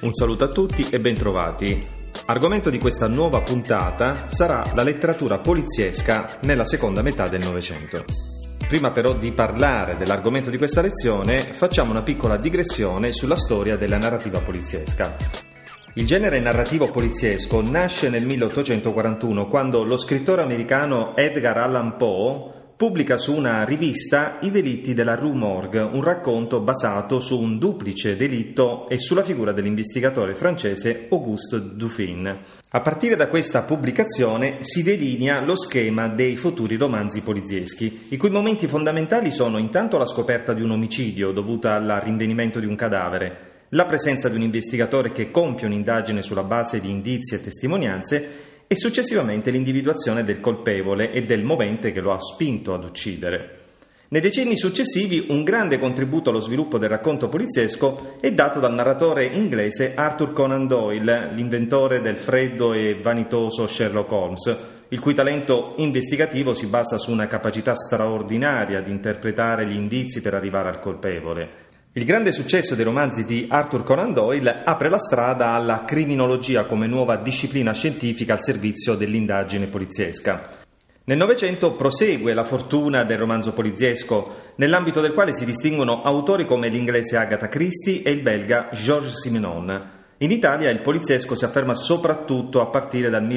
Un saluto a tutti e bentrovati. Argomento di questa nuova puntata sarà la letteratura poliziesca nella seconda metà del Novecento. Prima però di parlare dell'argomento di questa lezione, facciamo una piccola digressione sulla storia della narrativa poliziesca. Il genere narrativo poliziesco nasce nel 1841, quando lo scrittore americano Edgar Allan Poe pubblica su una rivista I delitti della Rue Morgue, un racconto basato su un duplice delitto e sulla figura dell'investigatore francese Auguste Dupin. A partire da questa pubblicazione si delinea lo schema dei futuri romanzi polizieschi, i cui momenti fondamentali sono intanto la scoperta di un omicidio dovuta al rinvenimento di un cadavere, la presenza di un investigatore che compie un'indagine sulla base di indizi e testimonianze e successivamente l'individuazione del colpevole e del movente che lo ha spinto ad uccidere. Nei decenni successivi un grande contributo allo sviluppo del racconto poliziesco è dato dal narratore inglese Arthur Conan Doyle, l'inventore del freddo e vanitoso Sherlock Holmes, il cui talento investigativo si basa su una capacità straordinaria di interpretare gli indizi per arrivare al colpevole. Il grande successo dei romanzi di Arthur Conan Doyle apre la strada alla criminologia come nuova disciplina scientifica al servizio dell'indagine poliziesca. Nel Novecento prosegue la fortuna del romanzo poliziesco, nell'ambito del quale si distinguono autori come l'inglese Agatha Christie e il belga Georges Simenon. In Italia il poliziesco si afferma soprattutto a partire dal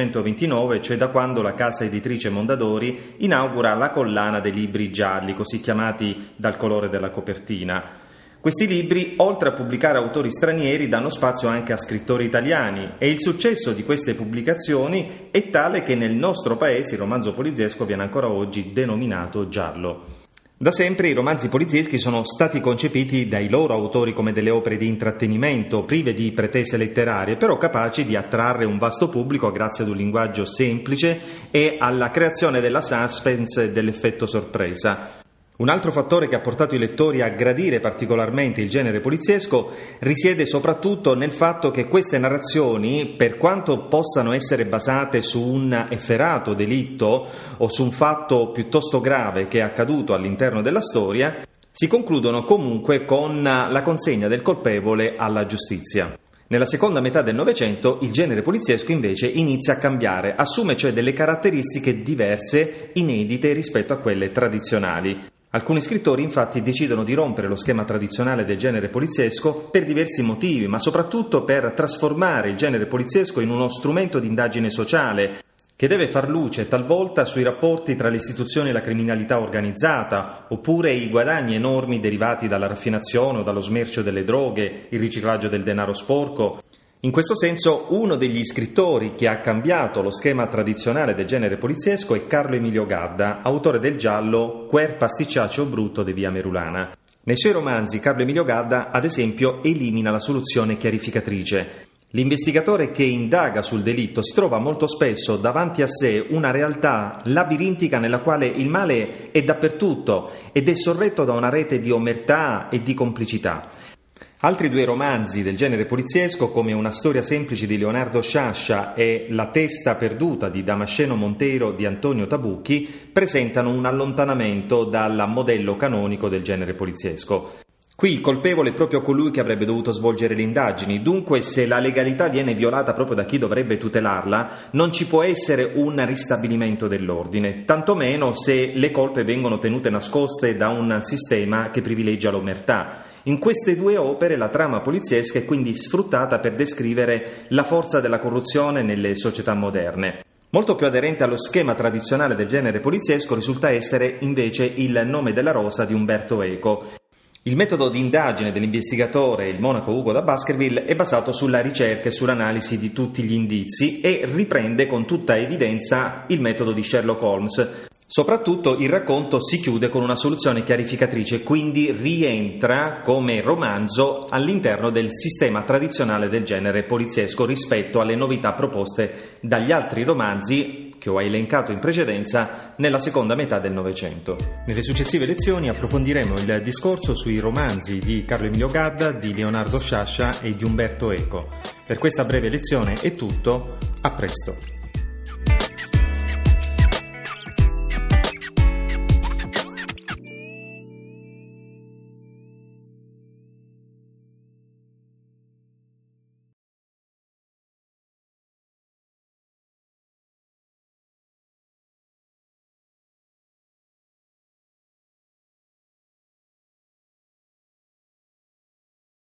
1929, cioè da quando la casa editrice Mondadori inaugura la collana dei libri gialli, così chiamati dal colore della copertina. Questi libri, oltre a pubblicare autori stranieri, danno spazio anche a scrittori italiani e il successo di queste pubblicazioni è tale che nel nostro paese il romanzo poliziesco viene ancora oggi denominato giallo. Da sempre i romanzi polizieschi sono stati concepiti dai loro autori come delle opere di intrattenimento, prive di pretese letterarie, però capaci di attrarre un vasto pubblico grazie ad un linguaggio semplice e alla creazione della suspense e dell'effetto sorpresa. Un altro fattore che ha portato i lettori a gradire particolarmente il genere poliziesco risiede soprattutto nel fatto che queste narrazioni, per quanto possano essere basate su un efferato delitto o su un fatto piuttosto grave che è accaduto all'interno della storia, si concludono comunque con la consegna del colpevole alla giustizia. Nella seconda metà del Novecento il genere poliziesco invece inizia a cambiare, assume cioè delle caratteristiche diverse, inedite rispetto a quelle tradizionali. Alcuni scrittori infatti decidono di rompere lo schema tradizionale del genere poliziesco per diversi motivi, ma soprattutto per trasformare il genere poliziesco in uno strumento di indagine sociale che deve far luce talvolta sui rapporti tra le istituzioni e la criminalità organizzata, oppure i guadagni enormi derivati dalla raffinazione o dallo smercio delle droghe, il riciclaggio del denaro sporco. In questo senso, uno degli scrittori che ha cambiato lo schema tradizionale del genere poliziesco è Carlo Emilio Gadda, autore del giallo Quer pasticciaccio brutto de via Merulana. Nei suoi romanzi Carlo Emilio Gadda, ad esempio, elimina la soluzione chiarificatrice. L'investigatore che indaga sul delitto si trova molto spesso davanti a sé una realtà labirintica nella quale il male è dappertutto ed è sorretto da una rete di omertà e di complicità. Altri due romanzi del genere poliziesco, come Una storia semplice di Leonardo Sciascia e La testa perduta di Damasceno Monteiro di Antonio Tabucchi, presentano un allontanamento dal modello canonico del genere poliziesco. Qui il colpevole è proprio colui che avrebbe dovuto svolgere le indagini, dunque se la legalità viene violata proprio da chi dovrebbe tutelarla, non ci può essere un ristabilimento dell'ordine, tantomeno se le colpe vengono tenute nascoste da un sistema che privilegia l'omertà. In queste due opere la trama poliziesca è quindi sfruttata per descrivere la forza della corruzione nelle società moderne. Molto più aderente allo schema tradizionale del genere poliziesco risulta essere invece Il nome della rosa di Umberto Eco. Il metodo di indagine dell'investigatore, il monaco Ugo da Baskerville, è basato sulla ricerca e sull'analisi di tutti gli indizi e riprende con tutta evidenza il metodo di Sherlock Holmes. Soprattutto il racconto si chiude con una soluzione chiarificatrice, quindi rientra come romanzo all'interno del sistema tradizionale del genere poliziesco rispetto alle novità proposte dagli altri romanzi che ho elencato in precedenza nella seconda metà del Novecento. Nelle successive lezioni approfondiremo il discorso sui romanzi di Carlo Emilio Gadda, di Leonardo Sciascia e di Umberto Eco. Per questa breve lezione è tutto, a presto.